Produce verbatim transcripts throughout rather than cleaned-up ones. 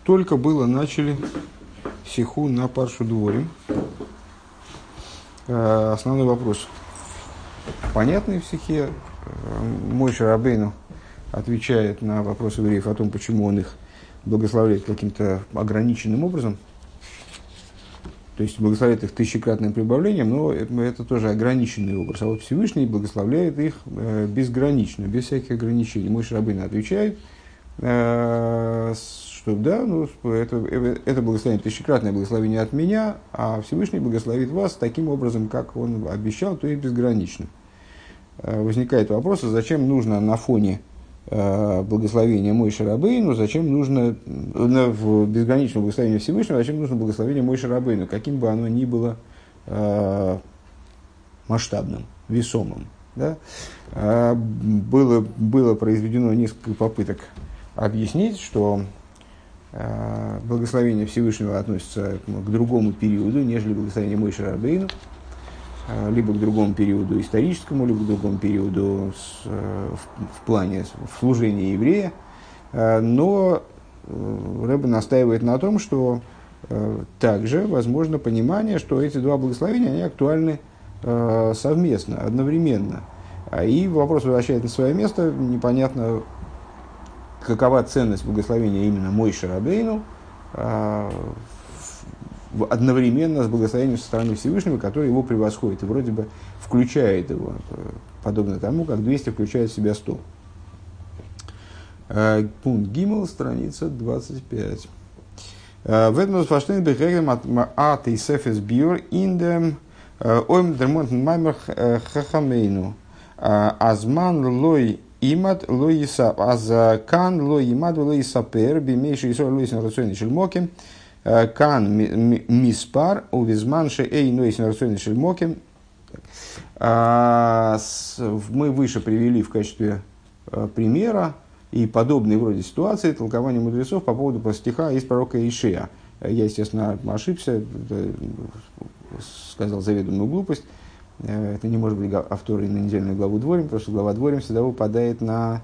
Только было начали сиху на паршу дворим. Э, основной вопрос понятный в сихе. Мойше Рабейну отвечает на вопросы евреев о том, почему он их благословляет каким-то ограниченным образом. То есть благословляет их тысячекратным прибавлением, но это тоже ограниченный образ. А вот Всевышний благословляет их безгранично, без всяких ограничений. Мойше Рабейну отвечает, что да, ну, это, это благословение, тысячекратное благословение от меня, а Всевышний благословит вас таким образом, как он обещал, то есть безгранично. Возникает вопрос, зачем нужно на фоне благословения Мойше Рабейну, зачем нужно в безграничном благословении Всевышнего, зачем нужно благословение Мойше Рабейну, каким бы оно ни было э, масштабным, весомым. Да? Э, было, было произведено несколько попыток объяснить, что э, благословение Всевышнего относится к другому периоду, нежели благословение Мойше Рабейну, либо к другому периоду историческому, либо к другому периоду с, в, в плане в служения еврея. Но Ребе настаивает на том, что также возможно понимание, что эти два благословения они актуальны совместно, одновременно. И вопрос возвращает на свое место. Непонятно, какова ценность благословения именно Мойше Рабейну одновременно с благословением со стороны Всевышнего, который его превосходит и вроде бы включает его, подобно тому, как двести включает в себя сто. Пункт Гиммел, страница двадцать пять. В этом фаштейн бехегем от Исефес Биор индем ойм дермонтен маймер хахамейну азман лой имад лой исап азкан лой имад лой исапер бимейши исор лой синрацойный шельмоким Кан миспар увизманши эй нойс нарцойный шельмоким. Мы выше привели в качестве примера и подобной вроде ситуации толкования мудрецов по поводу стиха из пророка Ишея. Я, естественно, ошибся, сказал заведомую глупость. Это не может быть авторой на недельную главу Дворим, потому что глава Дворим всегда выпадает на...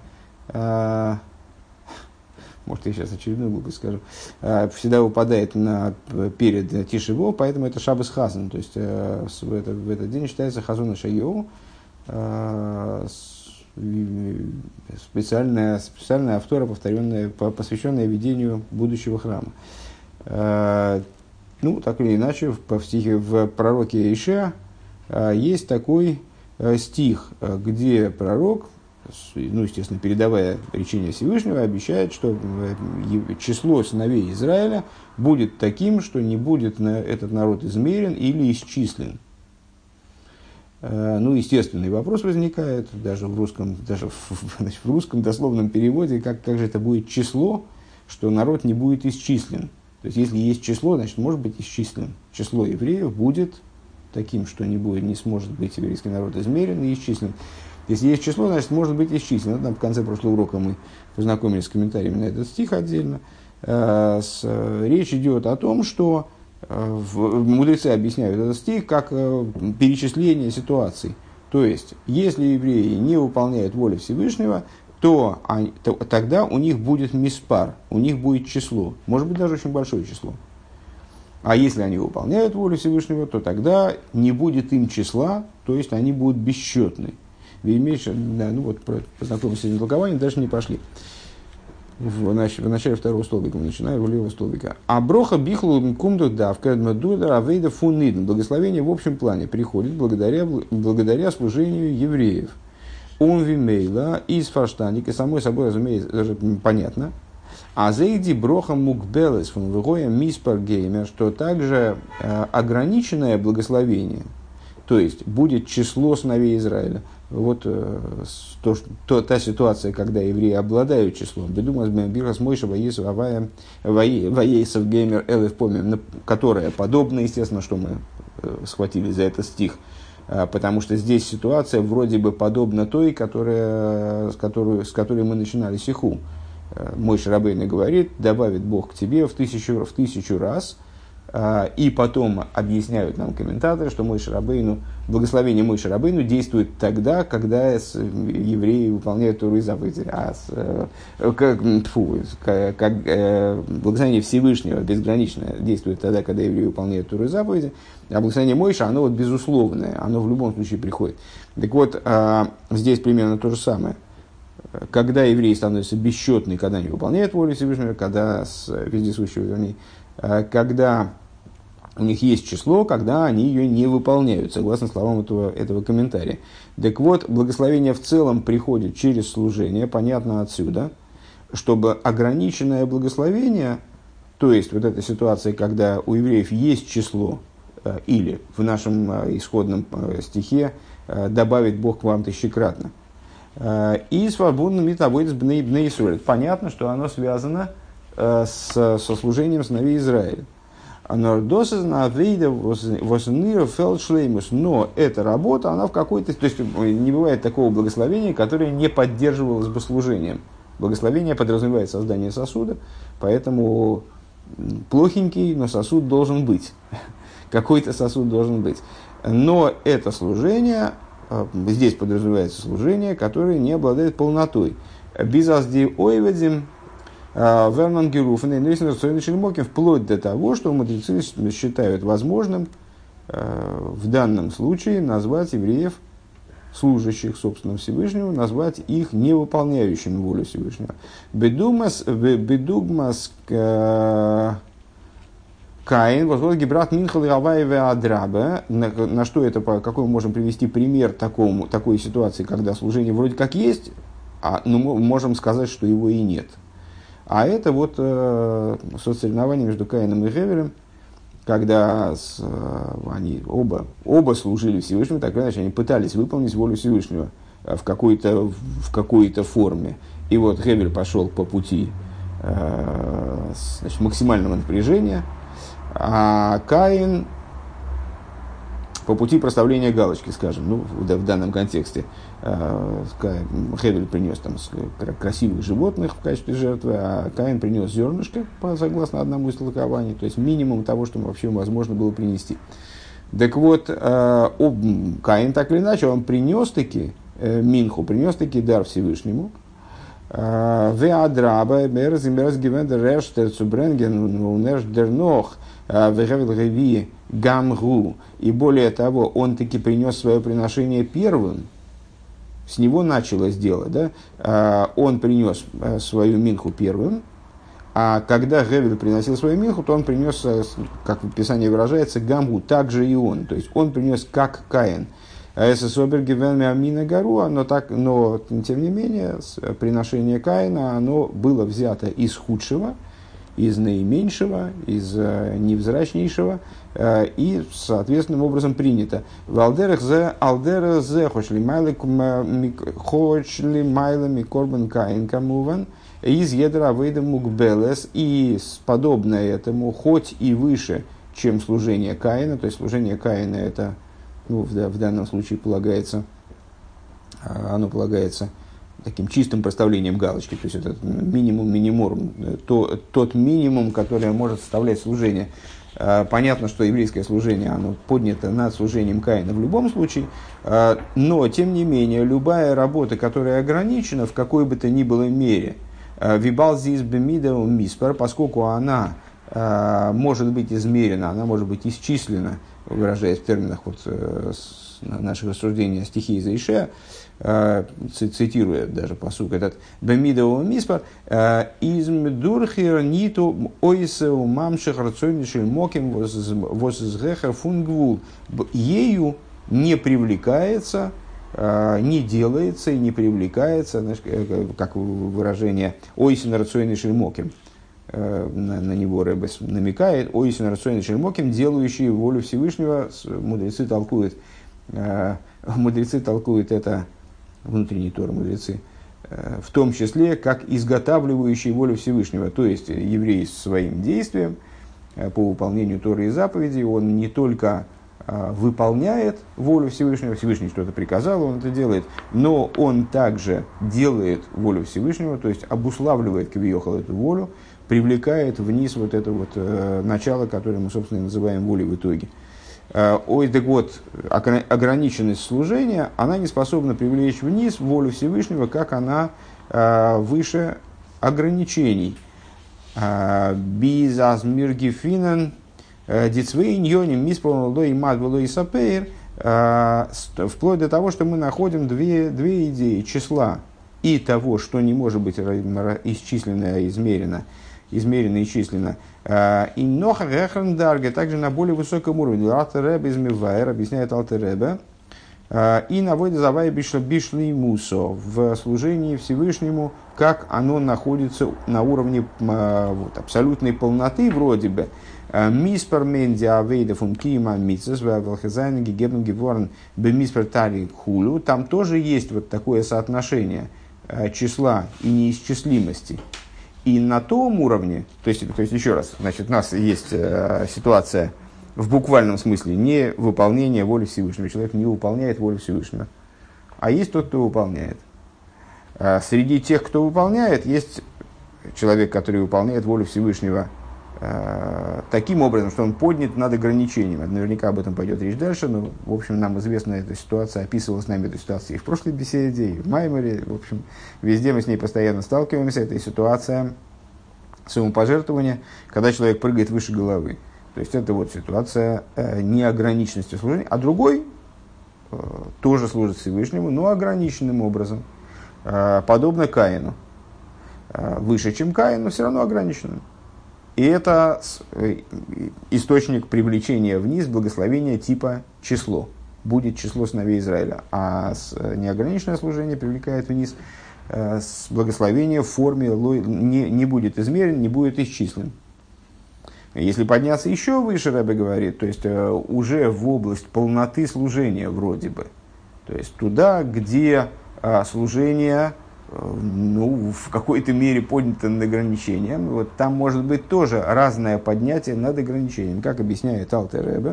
Может, я сейчас очередную глупость скажу, всегда выпадает на, перед Тишево, поэтому это Шаббас Хазан, то есть в, это, в этот день считается Хазон Шайоу, специальная, специальная автора, повторенная, посвященная ведению будущего храма. Ну, так или иначе, в, стихе, в пророке Ишея есть такой стих, где пророк, ну, естественно, передавая речение Всевышнего, обещает, что число сыновей Израиля будет таким, что не будет на этот народ измерен или исчислен. Ну, естественный вопрос возникает, даже в русском, даже в, значит, в русском дословном переводе, как, как же это будет число, что народ не будет исчислен. То есть, если есть число, значит, может быть исчислен. Число евреев будет таким, что не, будет, не сможет быть еврейский народ измерен и исчислен. Если есть число, значит, может быть исчислено. Там в конце прошлого урока мы познакомились с комментариями на этот стих отдельно. Речь идет о том, что мудрецы объясняют этот стих как перечисление ситуаций. То есть, если евреи не выполняют волю Всевышнего, то, они, то тогда у них будет миспар, у них будет число. Может быть, даже очень большое число. А если они выполняют волю Всевышнего, то тогда не будет им числа, то есть они будут бесчетны. Да, ну вот, познакомились с этим толкованием, даже не пошли. В, нач- в начале второго столбика мы начинаем, в левого столбика. А броха бихлу кумду давка дмадуда авейда фунидн. Благословение в общем плане приходит благодаря, благодаря служению евреев. Он вимейла из фарштаника, самой собой, разумеется, даже понятно. А зейди броха мукбелес фун вегоя миспар геймер, что также э, ограниченное благословение, то есть будет число сыновей Израиля. Вот э, то, то, та ситуация, когда евреи обладают числом, бедумас бирас мойша ваесов авая ваесов геймер элев помним, которая подобна, естественно, что мы э, схватили за этот стих, э, потому что здесь ситуация вроде бы подобна той, которая, с, которой, с которой мы начинали сиху. Э, Мойше Рабейну говорит, добавит Бог к тебе в тысячу, в тысячу раз И потом объясняют нам комментаторы, что Моше Рабейну, благословение Моше Рабейну действует тогда, когда евреи выполняют Тору и заповеди. А с, как, тьфу, как, как, благословение Всевышнего безграничное действует тогда, когда евреи выполняют Тору и заповеди. А благословение Моше, оно вот безусловное, оно в любом случае приходит. Так вот, здесь примерно то же самое. Когда евреи становятся бесчетны, когда они выполняют волю Всевышнего, когда с вездесущего, вернее, когда у них есть число, когда они ее не выполняют, согласно словам этого, этого комментария. Так вот, благословение в целом приходит через служение, понятно отсюда, чтобы ограниченное благословение, то есть вот эта ситуация, когда у евреев есть число, или в нашем исходном стихе добавит Бог к вам тысячекратно, и свободными тобой с Бней Исраэль. Понятно, что оно связано с, со служением сыновей Израиля. Но эта работа, она в какой-то... То есть не бывает такого благословения, которое не поддерживалось бы служением. Благословение подразумевает создание сосуда, поэтому плохенький, но сосуд должен быть. Какой-то сосуд должен быть. Но это служение, здесь подразумевается служение, которое не обладает полнотой. Безазди ойведим вернан геруфен, вплоть до того, что мудрецы считают возможным в данном случае назвать евреев, служащих, собственно, Всевышнему, назвать их невыполняющими волю Всевышнего. Бедугмас, бедугмас Каин, возможно, Гибрат Минхал и Аваеве Адрабе, на что это, какой мы можем привести пример такому, такой ситуации, когда служение вроде как есть, а ну, мы можем сказать, что его и нет. А это вот э, соцсоревнование между Каином и Гевелем, когда с, э, они оба, оба служили Всевышнему, так или иначе, они пытались выполнить волю Всевышнего в какой-то, в какой-то форме. И вот Гевель пошел по пути э, значит, максимального напряжения, а Каин по пути проставления галочки, скажем, ну, в, в данном контексте. Хевель принес там красивых животных в качестве жертвы, а Каин принес зернышко, согласно одному из толкований, то есть минимум того, что вообще возможно было принести. Так вот, Каин так или иначе, он принес таки минху, принес таки дар Всевышнему. Веадраба, берзимерз гивендер рештер цубренген, унеш дернох, вегевел реви гамгу. И более того, он таки принес свое приношение первым. С него началось дело, да? Он принес свою минху первым, а когда Гевель приносил свою минху, то он принес, как в Писании выражается, гамгу, также и он. То есть он принес как Каин. Но, так, но, тем не менее, приношение Каина, оно было взято из худшего, из наименьшего, из невзрачнейшего, и соответственным образом принято. Валдерах зе алдерах зе хошли майла микорбан Каин камуван из едра авейда мукбелес, и подобное этому, хоть и выше, чем служение Каина, то есть служение Каина это, ну, в, в данном случае полагается, оно полагается таким чистым проставлением галочки, то есть это минимум минимум, то, тот минимум, который может составлять служение. Понятно, что еврейское служение, оно поднято над служением Каина в любом случае, но, тем не менее, любая работа, которая ограничена в какой бы то ни было мере, вибалзис бемидау миспар, поскольку она может быть измерена, она может быть исчислена, выражаясь в терминах вот, наших рассуждений о стихе из Ишея, цитируя даже пасук этот «Бемидау миспар измдурхир ниту ойсеу мамших рацойнишель моким возгехер фунгвул». Ею не привлекается, не делается и не привлекается, знаешь, как выражение «ойсен рацойнишель моким». На, на него Ребес намекает, ойсен рацойнишель моким, делающий волю Всевышнего, мудрецы толкуют, мудрецы толкуют это, внутренние Торы мудрецы, в том числе, как изготавливающий волю Всевышнего. То есть, еврей своим действием по выполнению Торы и заповедей, он не только выполняет волю Всевышнего, Всевышний что-то приказал, он это делает, но он также делает волю Всевышнего, то есть, обуславливает кавиохал эту волю привлекает вниз вот это вот э, начало, которое мы, собственно, называем волей в итоге. Э, ой, так вот, ограниченность служения, она не способна привлечь вниз волю Всевышнего, как она э, выше ограничений. Bizas миргифинен дицвейн йоним мисполн лой мад лой сапейр, вплоть до того, что мы находим две, две идеи числа и того, что не может быть исчислено, а измерено, измерено и числено. И ноха гехрендарга, также на более высоком уровне. Алтер Ребе измевайр, объясняет Алтер Ребе, и наводит завай бишли мусо в служении Всевышнему, как оно находится на уровне вот, абсолютной полноты вроде бы. Миспер менди авейда фун кима митцес вэлхазайн гегебн геворн бемиспер тари хулю. Там тоже есть вот такое соотношение числа и неисчислимости. И на том уровне, то есть, то есть еще раз, значит, у нас есть ситуация в буквальном смысле не выполнение воли Всевышнего. Человек не выполняет волю Всевышнего. А есть тот, кто выполняет. А среди тех, кто выполняет, есть человек, который выполняет волю Всевышнего э, таким образом, что он поднят над ограничением. Наверняка об этом пойдет речь дальше, но, в общем, нам известна эта ситуация, описывалась нами эта ситуация и в прошлой беседе, и в Майморе. В общем, везде мы с ней постоянно сталкиваемся. Это ситуация самопожертвования, когда человек прыгает выше головы. То есть, это вот ситуация э, неограниченности служения. А другой э, тоже служит Всевышнему, но ограниченным образом. Э, подобно Каину. Э, выше, чем Каин, но все равно ограниченным. И это э, источник привлечения вниз благословения типа число. Будет число сыновей Израиля. А с, э, неограниченное служение привлекает вниз э, с благословения в форме лой, не, не будет измерен, не будет исчислен. Если подняться еще выше, Ребе говорит, то есть э, уже в область полноты служения вроде бы, то есть туда, где э, служение э, ну, в какой-то мере поднято над ограничением, вот там может быть тоже разное поднятие над ограничением, как объясняет Алтер Ребе,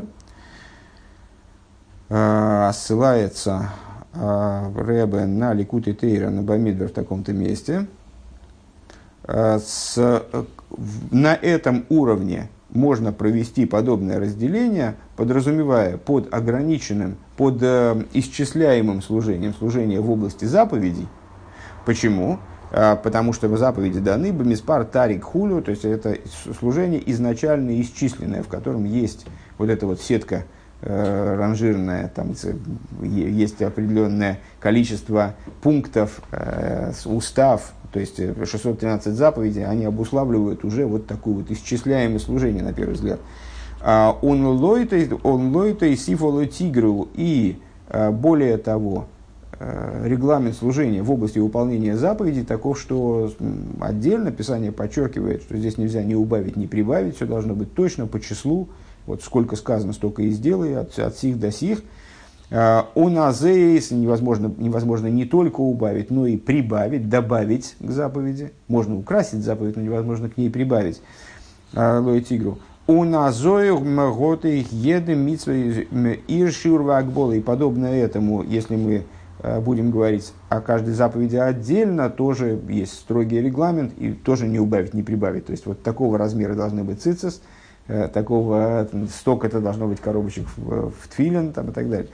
э, ссылается э, Ребе на Ликут Тейра, на Бамидбер в таком-то месте. Э, с, на этом уровне можно провести подобное разделение, подразумевая под ограниченным, под э, исчисляемым служением, служение в области заповедей. Почему? А, потому что в заповеди даны бамиспар тарик хулю, то есть это служение изначально исчисленное, в котором есть вот эта вот сетка э, ранжирная, там есть определенное количество пунктов, э, устав. То есть шестьсот тринадцать заповедей, они обуславливают уже вот такое вот исчисляемое служение, на первый взгляд. Он лойта и сифоло тигру. И более того, регламент служения в области выполнения заповедей таков, что отдельно Писание подчеркивает, что здесь нельзя ни убавить, ни прибавить, все должно быть точно по числу. Вот сколько сказано, столько и сделай, от, от сих до сих. У назеис невозможно, невозможно не только убавить, но и прибавить, добавить к заповеди. Можно украсить заповедь, но невозможно к ней прибавить. Лой тигру. У назоих мготы едем митсвей иршурва акбола. И подобно этому, если мы будем говорить о каждой заповеди отдельно, тоже есть строгий регламент, и тоже не убавить, не прибавить. То есть, вот такого размера должны быть цицис, такого, столько-то должно быть коробочек в, в тфилин там, и так далее.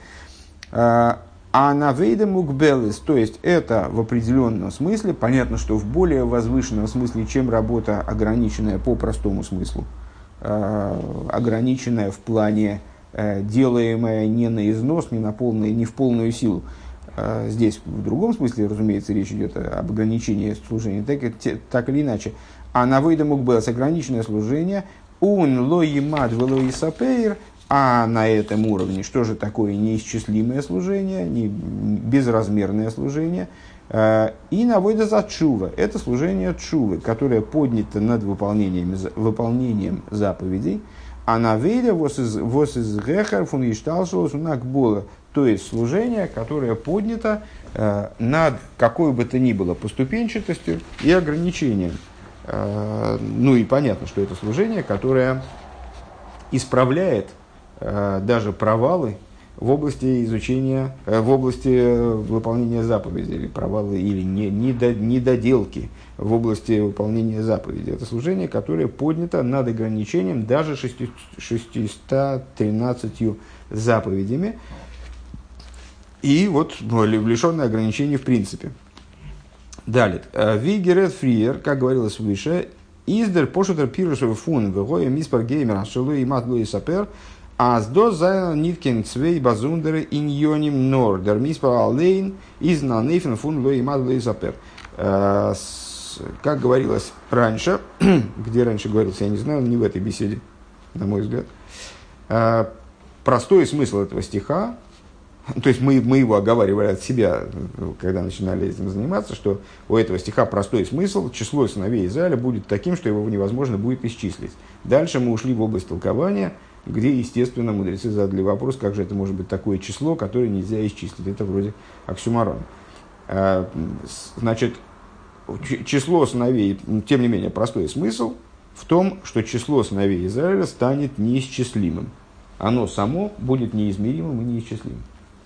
А на вейда мукбелес, то есть это в определенном смысле, понятно, что в более возвышенном смысле, чем работа ограниченная по простому смыслу, ограниченная в плане делаемая не на износ, не, на полную, не в полную силу. Здесь в другом смысле, разумеется, речь идет об ограничении служения, так, так или иначе. А на вейда мукбелес ограниченное служение, он лоимад велои сапейр. А на этом уровне, что же такое неисчислимое служение, не, безразмерное служение, э, и навойда за чува. Это служение чувы, которое поднято над выполнением, выполнением заповедей. А навейда вос из гехар фун ишталшос унакбола. То есть служение, которое поднято э, над какой бы то ни было поступенчатостью и ограничением. Э, ну и понятно, что это служение, которое исправляет даже провалы в области изучения, в области выполнения заповедей, или провалы, или недоделки в области выполнения заповедей. Это служение, которое поднято над ограничением даже шестьюстами тринадцатью заповедями, и вот лишенное ограничений в принципе. Далее. Вигерет фриер, как говорилось выше, издер пошутер пирушев фун вегоя миспар геймер ашелу и мат луи сапер аз до зайна ниткен цвей базундеры иньоним нордер миспар аллейн из нанейфен фун луи мат луи сапер. Как говорилось раньше, где раньше говорилось, я не знаю, не в этой беседе, на мой взгляд, простой смысл этого стиха, то есть мы, мы его оговаривали от себя, когда начинали этим заниматься, что у этого стиха простой смысл, число сыновей Израиля будет таким, что его невозможно будет исчислить. Дальше мы ушли в область толкования, где, естественно, мудрецы задали вопрос, как же это может быть такое число, которое нельзя исчислить. Это вроде оксюморон. Значит, число сыновей, тем не менее, простой смысл в том, что число сыновей Израиля станет неисчислимым. Оно само будет неизмеримым и неисчислимым.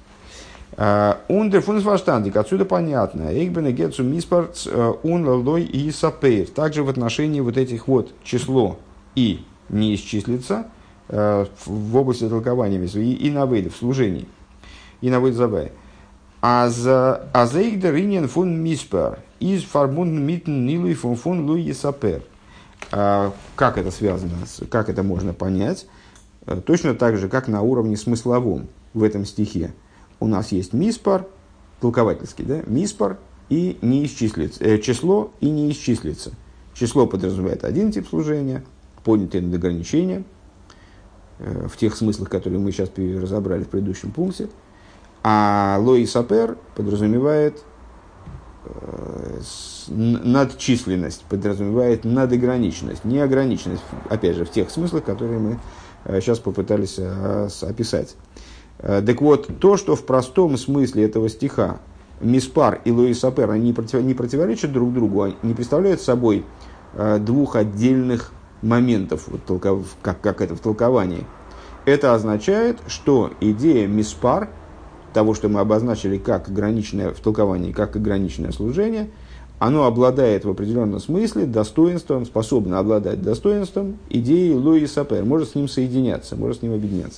Ундерфунсваштандик, отсюда понятно. Эйгбен гетсу миспарц унлой и сапейр. Также в отношении вот этих вот число и не исчислится в области толкования и, и навейда, в служении. И навейд завай. А за эйгдер иньен фун миспар из фарбунд митн нилуй фун фун луи сапер. Как это связано, как это можно понять? Точно так же, как на уровне смысловом в этом стихе. У нас есть миспар, толковательский, да? Миспар и не исчислится. Э, число и не исчислится. Число подразумевает один тип служения, поднятое над ограничением, э, в тех смыслах, которые мы сейчас разобрали в предыдущем пункте. А лои сапер подразумевает э, с, надчисленность, подразумевает надограниченность, неограниченность, опять же, в тех смыслах, которые мы э, сейчас попытались э, описать. Так вот, то, что в простом смысле этого стиха миспар и лои сапер они не противоречат друг другу, не представляют собой двух отдельных моментов, вот, толков, как, как это в толковании. Это означает, что идея миспар, того, что мы обозначили как ограниченное в толковании, как ограниченное служение, оно обладает в определенном смысле достоинством, способно обладать достоинством идеи лои сапер, может с ним соединяться, может с ним объединяться.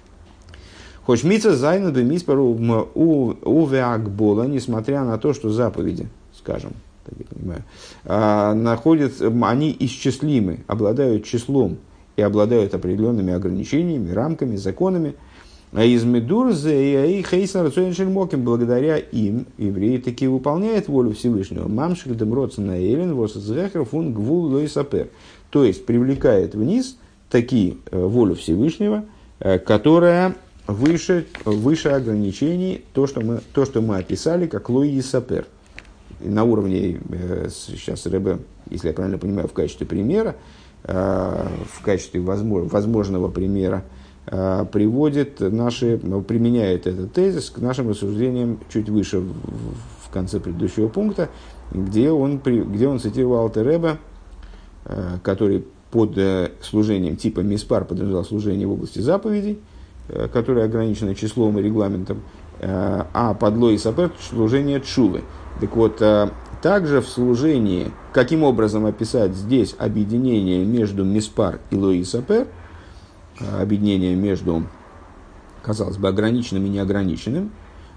Хошмица зайна до миспару увеакбола, несмотря на то, что заповеди, скажем, так я понимаю, находят, они исчислимы, обладают числом и обладают определенными ограничениями, рамками, законами. А из Медурзе и Хейсна Рацуэншельмоким, благодаря им евреи таки выполняют волю Всевышнего. Мамшик демроцена элен восзехер фун гвул лойсапер. То есть привлекает вниз таки волю Всевышнего, которая выше, выше ограничений, то что, мы, то, что мы описали, как лой и сапер. На уровне, сейчас Ребе, если я правильно понимаю, в качестве примера, в качестве возможного примера, приводит наши, применяет этот тезис к нашим рассуждениям чуть выше, в конце предыдущего пункта, где он, где он цитировал Алтер Ребе, который под служением типа миспар подразумевал служение в области заповедей, которое ограничено числом и регламентом, а под лой и сапер служение тшувы. Так вот, также в служении, каким образом описать здесь объединение между миспар и лой и сапер, объединение между, казалось бы, ограниченным и неограниченным,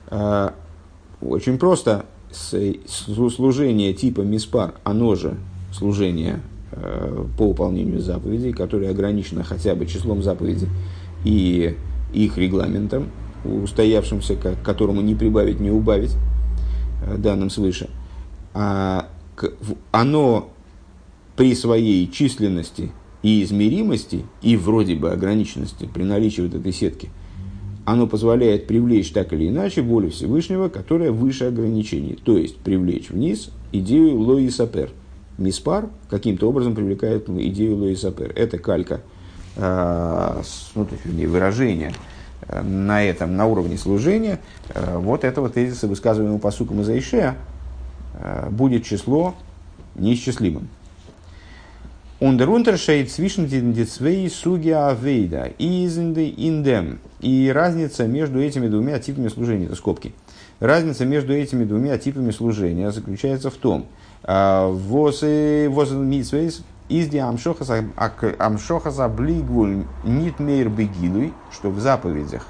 очень просто. Служение типа миспар, оно же служение по выполнению заповедей, которое ограничено хотя бы числом заповедей и их регламентом, устоявшимся, к которому не прибавить, не убавить, данным свыше. А оно при своей численности и измеримости, и вроде бы ограниченности при наличии вот этой сетки, оно позволяет привлечь так или иначе волю Всевышнего, которая выше ограничений. То есть привлечь вниз идею лои сапер. Миспар каким-то образом привлекает идею лои сапер. Это калька, э, ну, то есть, выражение на этом, на уровне служения э, вот этого тезиса, высказываемого пасуком из Аишея, э, будет число неисчислимым. Und der Unterschied zwischen den zwei Sugi Aveda ist in dem, И разница между этими двумя типами служения, это скобки, разница между этими двумя типами служения заключается в том, воз митсвейс изди амшохаса блигвуль нит мейр бегилуй, что в заповедях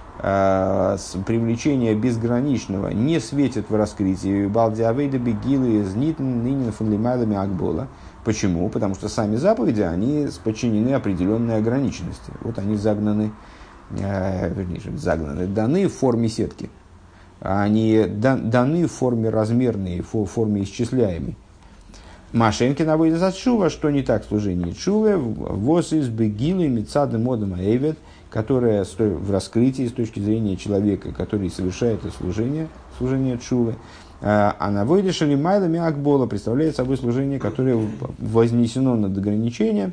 привлечение безграничного не светит в раскрытии балдиавейда бегилы из нитн нинин фунлимайлами акбола. Почему? Потому что сами заповеди, они подчинены определенной ограниченности. Вот они загнаны, э, вернее, загнаны, даны в форме сетки. Они даны в форме размерной, в форме исчисляемой. Машенки наводит от шува, что не так в служении чувы, воз из бегилы мецады модом аэвет, которая в раскрытии с точки зрения человека, который совершает это служение, служение чувы, а на войдеше лимайлами акбола представляет собой служение, которое вознесено над ограничением.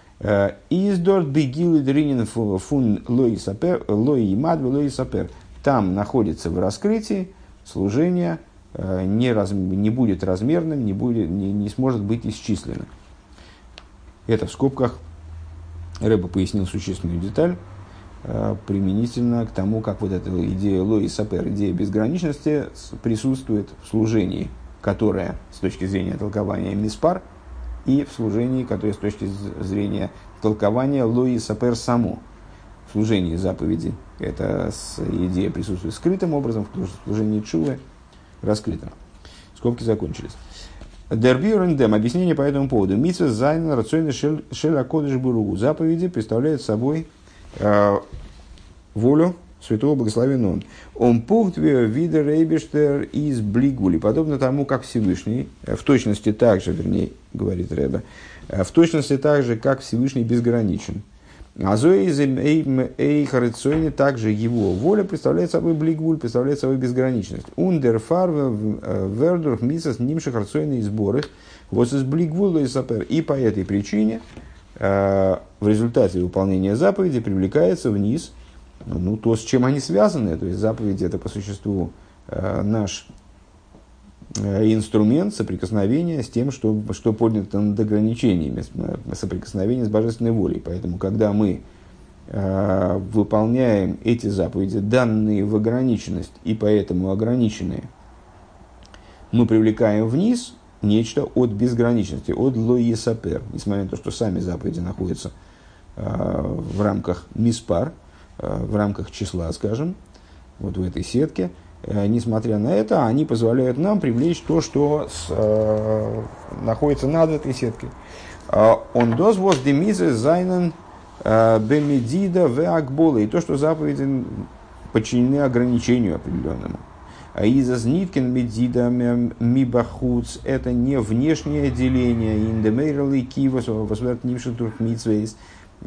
Издорт бегилы дринин фун лои сапер, лои мадвы лои сапер. Там находится в раскрытии служение, не, раз, не будет размерным, не, будет, не, не сможет быть исчислено. Это в скобках Рэбе пояснил существенную деталь применительно к тому, как вот эта идея лои сапер, идея безграничности присутствует в служении, которое с точки зрения толкования миспар, и в служении, которое с точки зрения толкования лои сапер само. В служении заповеди эта идея присутствует скрытым образом, в служении чувы раскрытым. Скобки закончились. Дербиурендем. Объяснение по этому поводу. Митсва зайн рационный шеля кодыш буру. Заповеди представляют собой э, волю святого благословенного он. Он пункт вида рейбештер из блигули. Подобно тому, как Всевышний, в точности так же, вернее, говорит Ребе, в точности так же, как Всевышний безграничен. Азоизм эйхарицойни, также его воля представляет собой блигуль, представляет собой безграничность. Ундерфар вердурх мисас нимших харцойни сборы вот из блигвула и сапер. И по этой причине в результате выполнения заповеди привлекается вниз, ну, то, с чем они связаны. То есть заповеди — это по существу наш инструмент соприкосновения с тем, что, что поднято над ограничениями, соприкосновение с божественной волей. Поэтому, когда мы э, выполняем эти заповеди, данные в ограниченность и поэтому ограниченные, мы привлекаем вниз нечто от безграничности, от лоесапер, несмотря на то, что сами заповеди находятся э, в рамках миспар, э, в рамках числа, скажем, вот в этой сетке. Несмотря на это, они позволяют нам привлечь то, что с, э, находится над этой сеткой. Он дозвоз демизе зайнен бемедида в акбола. И то, что заповеди подчинены ограничению определенному. А из ниткин медида мибахуц — это не внешнее деление индемейралы кивас в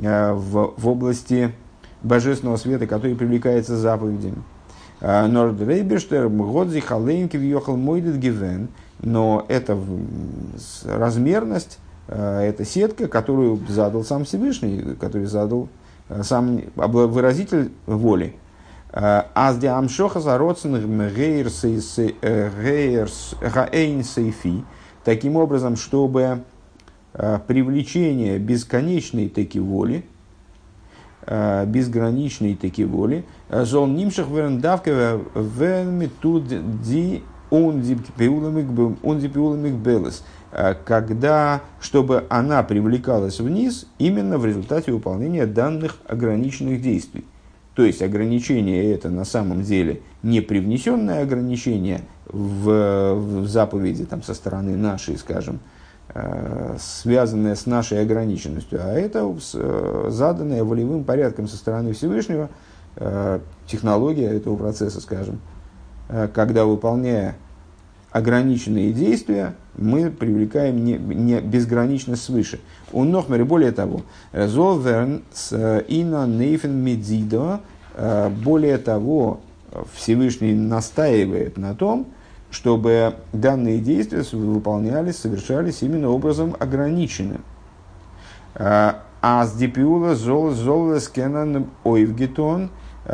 области божественного света, который привлекается заповедями. Нордрейбештер годзи халенки въехал мойдет гивен, но это размерность, это сетка, которую задал сам Всевышний, который задал сам выразитель воли. Азди амшоха зароцен гейрс гаэйн сейфи, таким образом, чтобы привлечение бесконечной таки воли, безграничной таки воли, зон нимших верндавка вермитуд ди ундипиуламик белес, когда, чтобы она привлекалась вниз именно в результате выполнения данных ограниченных действий. То есть ограничение это на самом деле не привнесенное ограничение в, в заповеди там, со стороны нашей, скажем, связанное с нашей ограниченностью, а это заданное волевым порядком со стороны Всевышнего, технология этого процесса, скажем, когда, выполняя ограниченные действия, мы привлекаем не, не безграничность свыше. У Нохмере, более того, более того, Всевышний настаивает на том, чтобы данные действия выполнялись, совершались именно образом ограниченным. А с дипиула зол зол скенан ойвгетон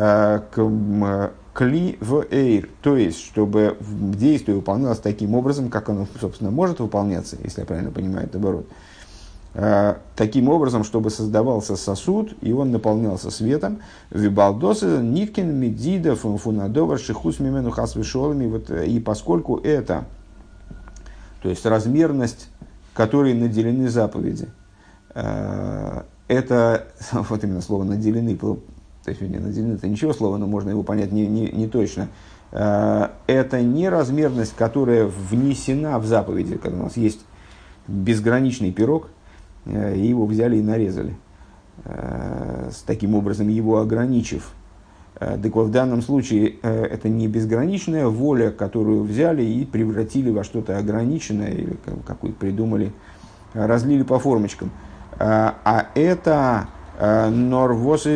кли в эйр. То есть, чтобы действие выполнялось таким образом, как оно, собственно, может выполняться, если я правильно понимаю, наоборот. таким образом, чтобы создавался сосуд, и он наполнялся светом. Вибалдосы, Ниткин, Медида, Фунадовар, Шихус, Мимену, Хасвишолами. Вот, и поскольку это, то есть размерность, которой наделены заповеди, это, вот именно слово наделены, то есть не наделены, это ничего слова, но можно его понять не, не, не точно. Это не размерность, которая внесена в заповеди, когда у нас есть безграничный пирог, и его взяли и нарезали, с таким образом его ограничив. Так вот, в данном случае это не безграничная воля, которую взяли и превратили во что-то ограниченное, или какую-то придумали, разлили по формочкам. А это нор вос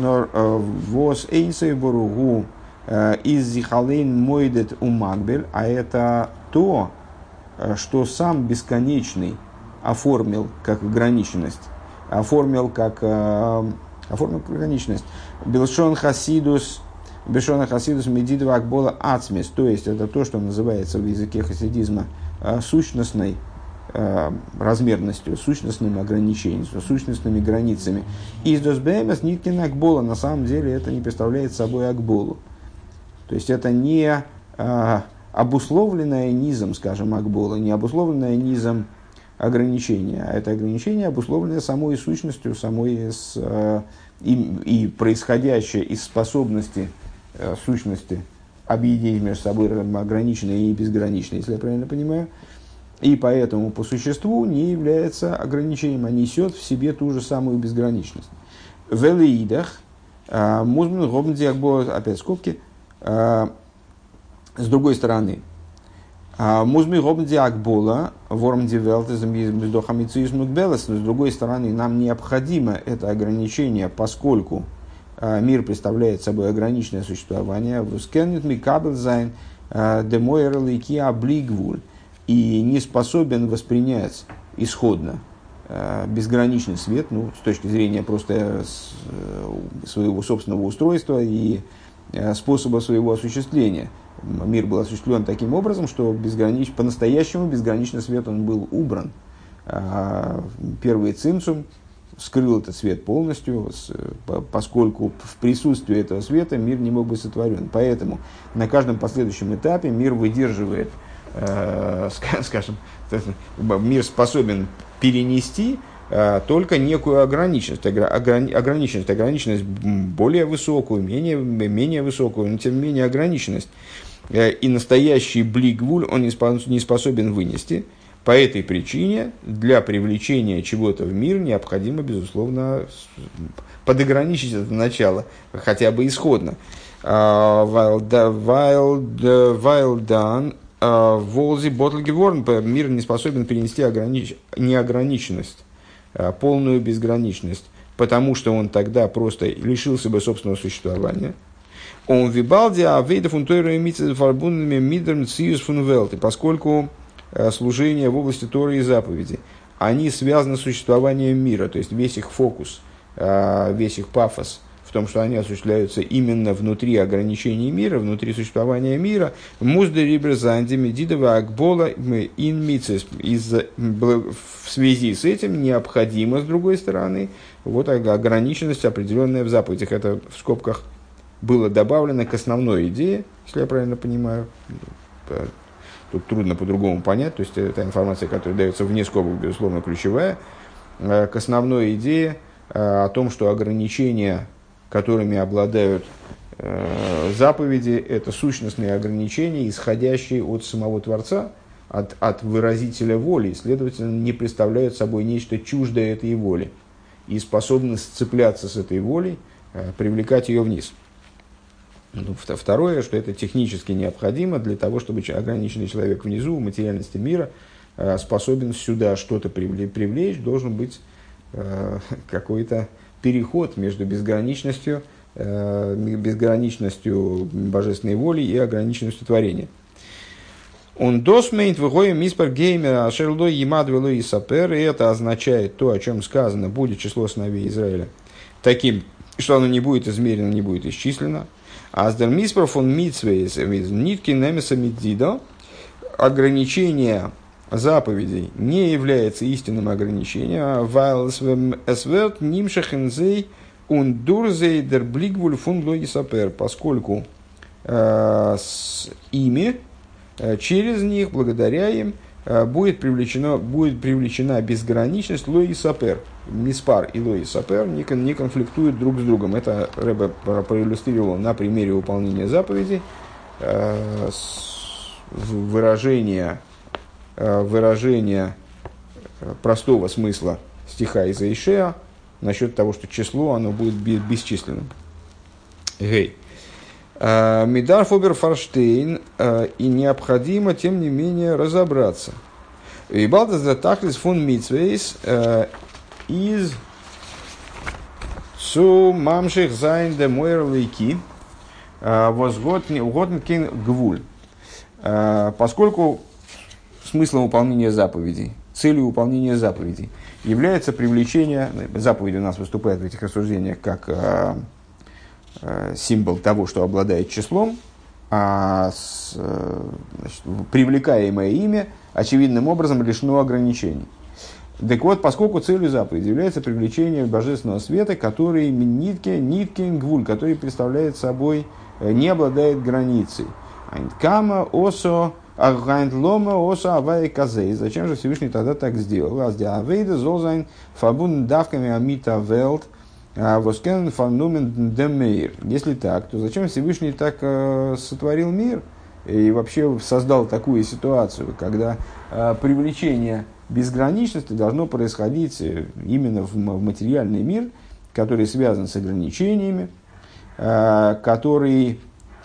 эйнсей боругу из зихалейн мойдет умагбель, а это то, что сам бесконечный оформил как ограниченность, оформил как, э, оформил как ограниченность. Белшон хасидус, бешон хасидус медидва акбола ацмис, то есть это то, что называется в языке хасидизма э, сущностной э, размерностью, сущностным ограничением, сущностными границами. Издос бэмэс ниткин акбола, на самом деле это не представляет собой акболу. То есть это не э, обусловленное низом, скажем, акбола, не обусловленное низом ограничения, а это ограничение, обусловленное самой сущностью, самой с, э, и, и происходящее из способности э, сущности объединить между собой ограниченное и безграничное, если я правильно понимаю, и поэтому по существу не является ограничением, а несет в себе ту же самую безграничность. В элеидах, музмин гобнди акбола, опять скобки, э, с другой стороны, Музми гобнди акбола, ворм дивелт из миздохамицизм нутбелес, но с другой стороны, нам необходимо это ограничение, поскольку мир представляет собой ограниченное существование, вускеннит микабел зайн демойерлики облигвуль, и не способен воспринять исходно безграничный свет, ну, с точки зрения просто своего собственного устройства и способа своего осуществления. Мир был осуществлен таким образом, что безгранич... по-настоящему безграничный свет он был убран. Первый цимцум скрыл этот свет полностью, поскольку в присутствии этого света мир не мог быть сотворен. Поэтому на каждом последующем этапе мир выдерживает, скажем, мир способен перенести только некую ограниченность, ограни... ограниченность, ограниченность более высокую, менее, менее высокую, но тем не менее ограниченность. И настоящий блигвуль он не способен вынести. По этой причине для привлечения чего-то в мир необходимо, безусловно, подограничить это начало, хотя бы исходно. While done, волзи ботлгеворн, мир не способен перенести огранич... неограниченность, полную безграничность, потому что он тогда просто лишился бы собственного существования. Он вибалди авейда фунтойра эмитсис фарбунными мидерм циюс фунвелты, поскольку служение в области Торы и заповеди, они связаны с существованием мира, то есть весь их фокус, весь их пафос в том, что они осуществляются именно внутри ограничений мира, внутри существования мира. Музды рибрезанди медидова акбола ин мицис. В связи с этим необходимо, с другой стороны, вот ограниченность определенная в заповедях. Это в скобках было добавлено к основной идее, если я правильно понимаю. Тут трудно по-другому понять, то есть это информация, которая дается вне скобок, безусловно, ключевая, к основной идее о том, что ограничения, которыми обладают заповеди, это сущностные ограничения, исходящие от самого Творца, от, от выразителя воли, следовательно, не представляют собой нечто чуждое этой воли и способны сцепляться с этой волей, привлекать ее вниз. Ну, второе, что это технически необходимо для того, чтобы ограниченный человек внизу, в материальности мира, способен сюда что-то привлечь, должен быть какой-то переход между безграничностью, безграничностью божественной воли и ограниченностью творения. Он досмейнт выгоем миспар геймера ашерлой емадвелой и сапер, и это означает то, о чем сказано, будет число сыновей Израиля таким, что оно не будет измерено, не будет исчислено. Аздер миспар фон митсвейс нитки немеса медидо, ограничение заповедей не является истинным ограничением, weil es wird nimschen sie und durch sie der Blickwohl von lo yisaper, поскольку э, с ими, э, через них, благодаря им, э, будет, привлечено, будет привлечена безграничность ло йисапер. Миспар и ло йисапер не, не конфликтуют друг с другом. Это Ребе проиллюстрировал на примере выполнения заповедей. Э, выражение, э, выражение простого смысла стиха из Ишея насчет того, что число оно будет бесчисленным. Гей. Мидар Фобер Фарштейн, и необходимо, тем не менее, разобраться. И Балдас да Тахлис фон Митцвейс из Цу Мамших Зайн де Мойер Лейки Возготн Кин Гвуль. Поскольку смыслом выполнения заповедей, целью выполнения заповедей является привлечение, заповедь у нас выступает в этих рассуждениях как э, э, символ того, что обладает числом, а с, э, значит, привлекаемое имя очевидным образом лишено ограничений. Так вот, поскольку целью заповеди является привлечение божественного света, который нитке, нитке гвуль, который представляет собой, не обладает границей. Айнкама осо Агайндлома оса авай казей. Зачем же Всевышний тогда так сделал? Аз диавейда золзайн фабун давками амита велт воскен фанумен демейр. Если так, то зачем Всевышний так э, сотворил мир и вообще создал такую ситуацию, когда э, привлечение безграничности должно происходить именно в, в материальный мир, который связан с ограничениями, э, который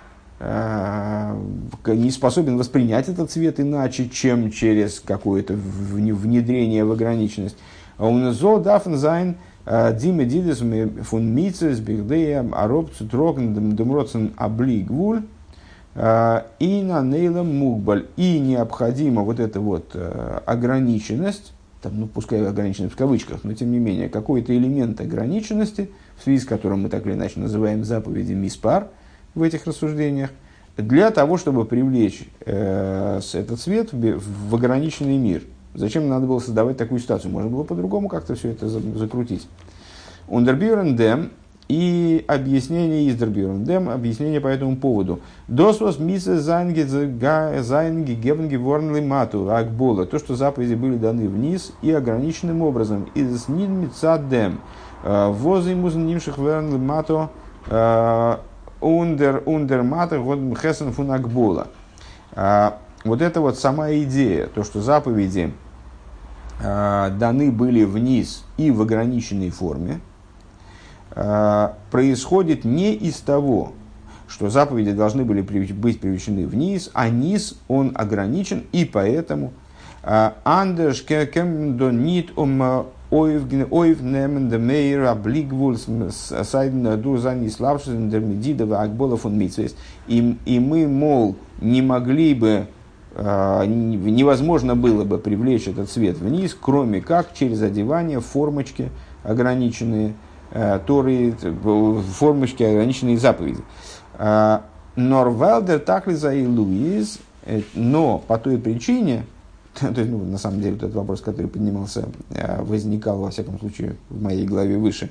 не способен воспринять этот цвет иначе, чем через какое-то внедрение в ограниченность. Он зол дафн зайн диме дидес фун митцес бигдея аробцу трогн демроцен облигвуль и на нейлом мукбаль. И необходима вот эта вот ограниченность, там, ну, пускай ограниченность в кавычках, но тем не менее, какой-то элемент ограниченности, в связи с которым мы так или иначе называем заповеди миспар, в этих рассуждениях, для того, чтобы привлечь э, этот свет в, в ограниченный мир. Зачем надо было создавать такую ситуацию? Можно было по-другому как-то все это закрутить. Ундербюрендем и объяснение из Дербюрендем, объяснение по этому поводу. Досвос мисс зайнги зайнги гебнги ворнли мату акбола. То, что заповеди были даны вниз и ограниченным образом. Из нидмицадем возимуз нимших вернли мату Ундер, ундер мата, вот хесен фунакбола. Вот это вот сама идея, то, что заповеди а, даны были вниз и в ограниченной форме, а, происходит не из того, что заповеди должны были быть привлечены вниз, а низ, он ограничен, и поэтому Андерш кем до нит ом Ойв немен де мейр облигвуль сайден дурзани славшин дер медидова акбола фон митцвес. И мы, мол, не могли бы, невозможно было бы привлечь этот свет вниз, кроме как через одевание формочки ограниченные, торы, формочки ограниченные заповеди. Норвелдер таклиза и Луиз, но по той причине, то есть, ну, на самом деле, этот вопрос, который поднимался, возникал, во всяком случае, в моей голове выше.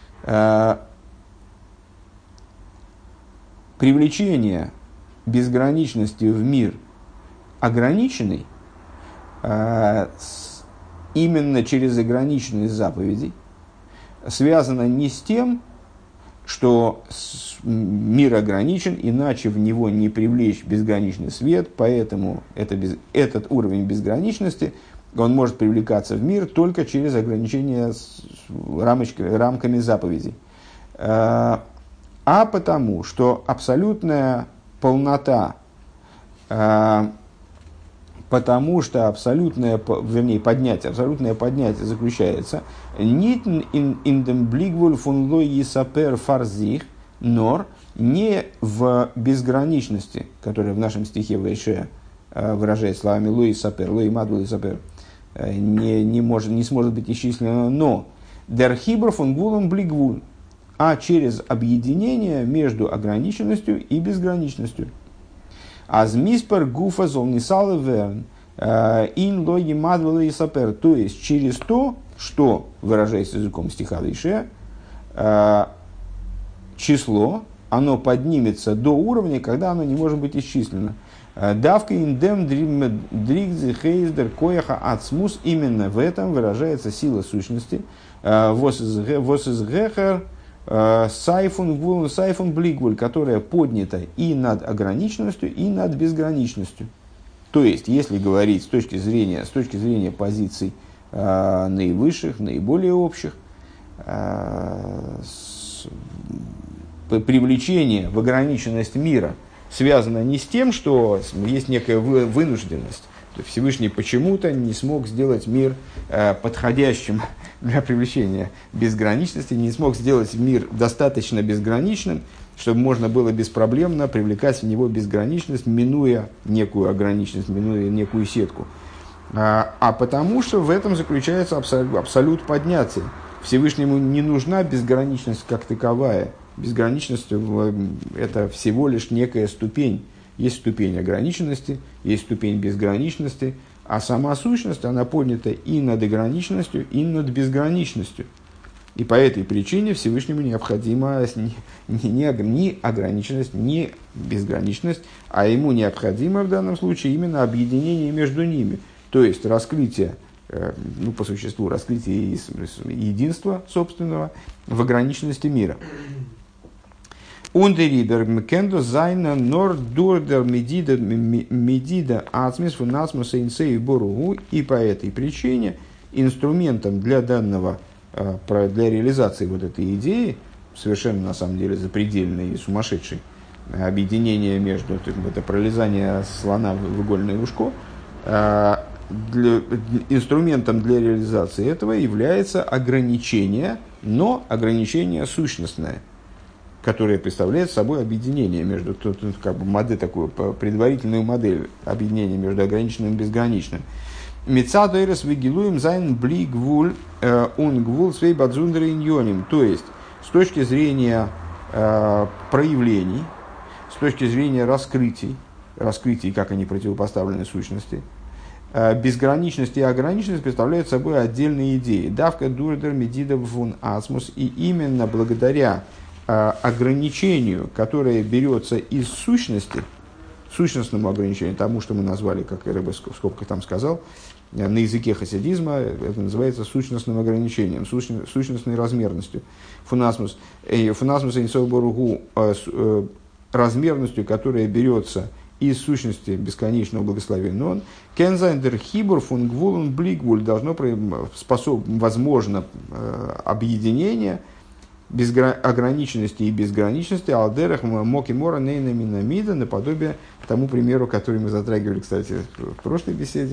Привлечение безграничности в мир ограниченный именно через ограниченность заповедей связано не с тем, что мир ограничен, иначе в него не привлечь безграничный свет, поэтому это без, этот уровень безграничности, он может привлекаться в мир только через ограничение с рамочками, рамками заповедей. А потому, что абсолютная полнота, потому что абсолютное, вернее, поднятие, абсолютное поднятие заключается «Нитн in dem Blickwohl von lo yisaper farzich», нор не в безграничности, которая в нашем стихе в Эйше выражает словами «ло йисапер», «ло йимад ло йисапер», не, не, может, не сможет быть исчислено, но «der Hibur von Gvulum Blickwohl», а через объединение между ограниченностью и безграничностью. Аз миспер гуфа зол нисалы верн Ин логи мадвала и сапер, то есть через то, что, выражаясь языком стиха Лише, число, оно поднимется до уровня, когда оно не может быть исчислено. Давка индем дригзи хейздер кояха ацмус, именно в этом выражается сила сущности. Вос из гехер сайфун гвул сайфун блигвуль, которая поднята и над ограниченностью, и над безграничностью. То есть, если говорить с точки зрения, с точки зрения позиций э, наивысших, наиболее общих, э, с, привлечение в ограниченность мира связано не с тем, что есть некая вы, вынужденность. То есть Всевышний почему-то не смог сделать мир э, подходящим для привлечения безграничности, не смог сделать мир достаточно безграничным, чтобы можно было беспроблемно привлекать в него безграничность, минуя некую ограниченность, минуя некую сетку. А, а потому что в этом заключается абсолют, абсолют поднятия. Всевышнему не нужна безграничность как таковая. Безграничность – это всего лишь некая ступень. Есть ступень ограниченности, есть ступень безграничности, а сама сущность, она поднята и над ограниченностью, и над безграничностью. И по этой причине Всевышнему необходима не, не, не ограниченность, не безграничность, а ему необходимо в данном случае именно объединение между ними. То есть раскрытие, ну, по существу, раскрытие единства собственного в ограниченности мира. Ундериберг мкендо зайна нор дурдер медида медида ацмис фунасмус инсей боругу. И по этой причине инструментом для данного, для реализации вот этой идеи, совершенно на самом деле запредельной и сумасшедшей, объединение между, это пролезание слона в игольное ушко, для, инструментом для реализации этого является ограничение, но ограничение сущностное, которое представляет собой объединение между, как бы модель, такую предварительную модель объединения между ограниченным и безграничным. Мецадойрес вигилуем зайн бли гвуль ун гвуль свей бадзундер иньоним. То есть, с точки зрения э, проявлений, с точки зрения раскрытий, раскрытий, как они противопоставлены сущности, э, безграничность и ограниченность представляют собой отдельные идеи. Давка дурдер медида вун асмус. И именно благодаря э, ограничению, которое берется из сущности, сущностному ограничению, тому, что мы назвали, как Ребе в скобках там сказал, на языке хасидизма это называется сущностным ограничением, сущностной размерностью. Фунасмус, фунасмус инсов боругу, размерностью, которая берется из сущности бесконечного благословенного. Он кензайндер хибур фун гвулун блигвуль, должно способ, возможно объединение безгра... ограниченности и безграничности, алдерах моки мора нейна минамида, наподобие тому примеру, который мы затрагивали, кстати, в прошлой беседе.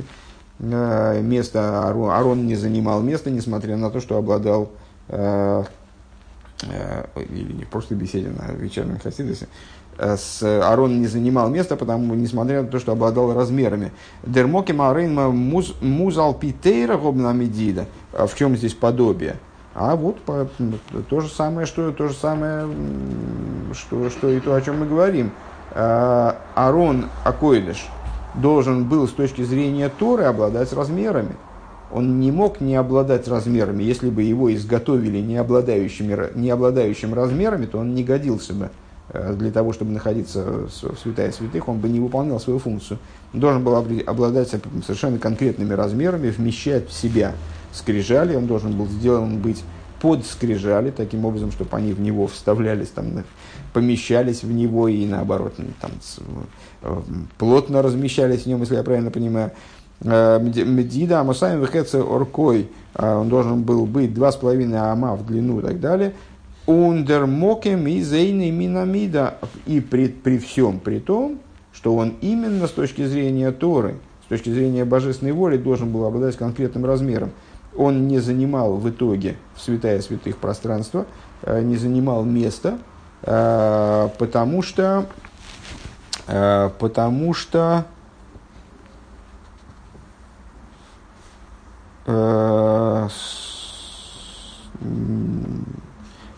Место Арон, Арон не занимал место, несмотря на то, что обладал, э, э, или не в прошлой беседе, на вечернем хасидусе, с Арон не занимал место, потому, несмотря на то, что обладал размерами. Дермоки марейн музал питейра гобнамидида. В чем здесь подобие? А вот по, то же самое, что то же самое, что, что и то, о чем мы говорим. Арон Акойдыш должен был с точки зрения Торы обладать размерами. Он не мог не обладать размерами. Если бы его изготовили не, обладающими, не обладающим размерами, то он не годился бы для того, чтобы находиться в святая святых, он бы не выполнял свою функцию. Он должен был обладать совершенно конкретными размерами, вмещать в себя скрижали, он должен был сделан быть под скрижали, таким образом, чтобы они в него вставлялись, там, помещались в него и наоборот, там, плотно размещались в нем, если я правильно понимаю. Медида амасаем вехеце оркой, он должен был быть два с половиной ама в длину и так далее. Ундермокем и зейный минамида, и при, при всем при том, что он именно с точки зрения Торы, с точки зрения божественной воли должен был обладать конкретным размером. Он не занимал в итоге в святая святых пространства, не занимал места, потому что, потому что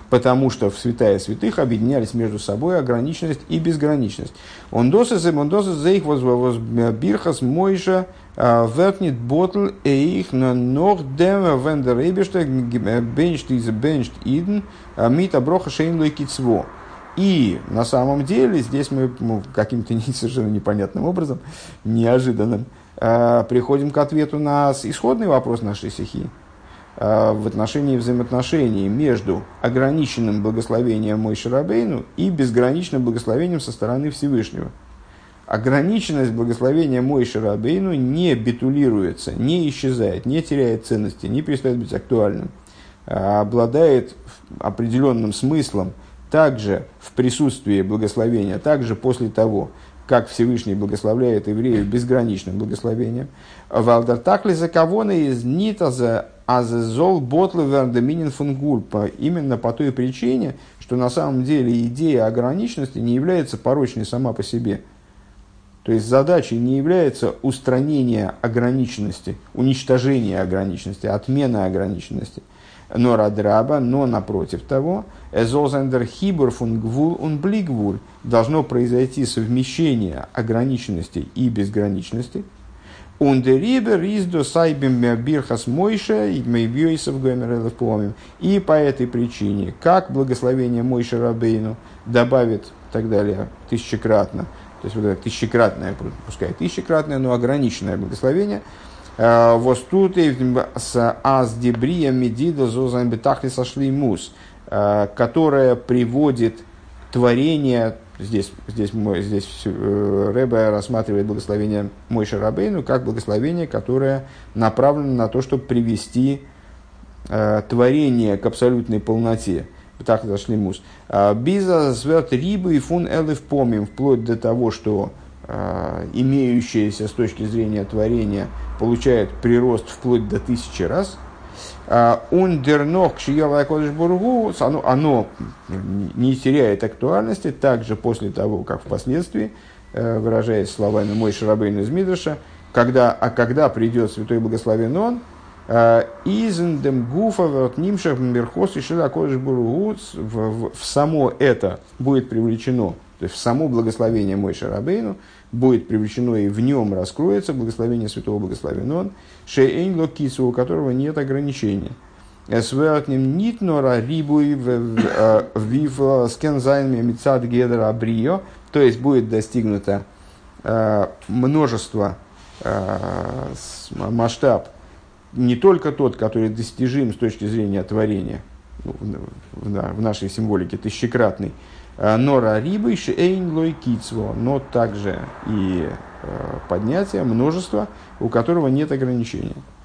потому что в святая святых объединялись между собой ограниченность и безграничность. Он досыс им, он досыс за их воз бирхас мойша вертнит ботл эих на ног дем вендер эбешта бенчт из бенчт иден мита броха шейн лойкицво. И на самом деле здесь мы ну, каким-то совершенно непонятным образом, неожиданным, приходим к ответу на исходный вопрос нашей сихи в отношении взаимоотношений между ограниченным благословением Моше Рабейну и безграничным благословением со стороны Всевышнего. Ограниченность благословения Моше Рабейну не битулируется, не исчезает, не теряет ценности, не перестает быть актуальным, а обладает определенным смыслом также в присутствии благословения, также после того, как Всевышний благословляет евреев безграничным благословением. Валдар такли за кого из нита за азезол ботлы вердеминин фунгульпа. Именно по той причине, что на самом деле идея ограниченности не является порочной сама по себе. То есть задачей не является устранение ограниченности, уничтожение ограниченности, отмена ограниченности. Но радраба, но напротив того, эзозендер хибур фун гвул ун блигвуль, должно произойти совмещение ограниченности и безграничности. Ундерибер издо сайбим бирхас мойша и мейбьёйсов гомер помним. И по этой причине, как благословение Моше Рабейну добавит и так далее тысячекратно, то есть вот это тысячекратное, пускай тысячекратное, но ограниченное благословение, вот тут с аздебрия медида зозан бетахли сошли мус, которая приводит творение. Здесь, здесь, здесь Ребе рассматривает благословение Моше Рабейну как благословение, которое направлено на то, чтобы привести э, творение к абсолютной полноте. Так зашли мус. Биза сверт рибы и фун элев помим, вплоть до того, что э, имеющееся с точки зрения творения получает прирост вплоть до тысячи раз. Ундернох кшиёва кодыш бургу, оно не теряет актуальности также после того, как впоследствии, выражаясь словами Моше Рабейну из Мидраша, когда, а когда придет Святой Благословен Он, изендем гуфа вертнимшах мирхос и шила кодыш бургу, в само это будет привлечено, то есть в само благословение Моше Рабейну будет привлечено и в нем раскроется благословение Святого Благословен Он, шеэйн локису, у которого нет ограничения. Свертнем нитнора рибуй вив скензайнми мицад гедра абрио, то есть будет достигнуто множество, масштаб, не только тот, который достижим с точки зрения творения, в нашей символике тысячекратный, нора рибы шеэйн лой кицво, но также и поднятие, множество, у которого нет ограничения.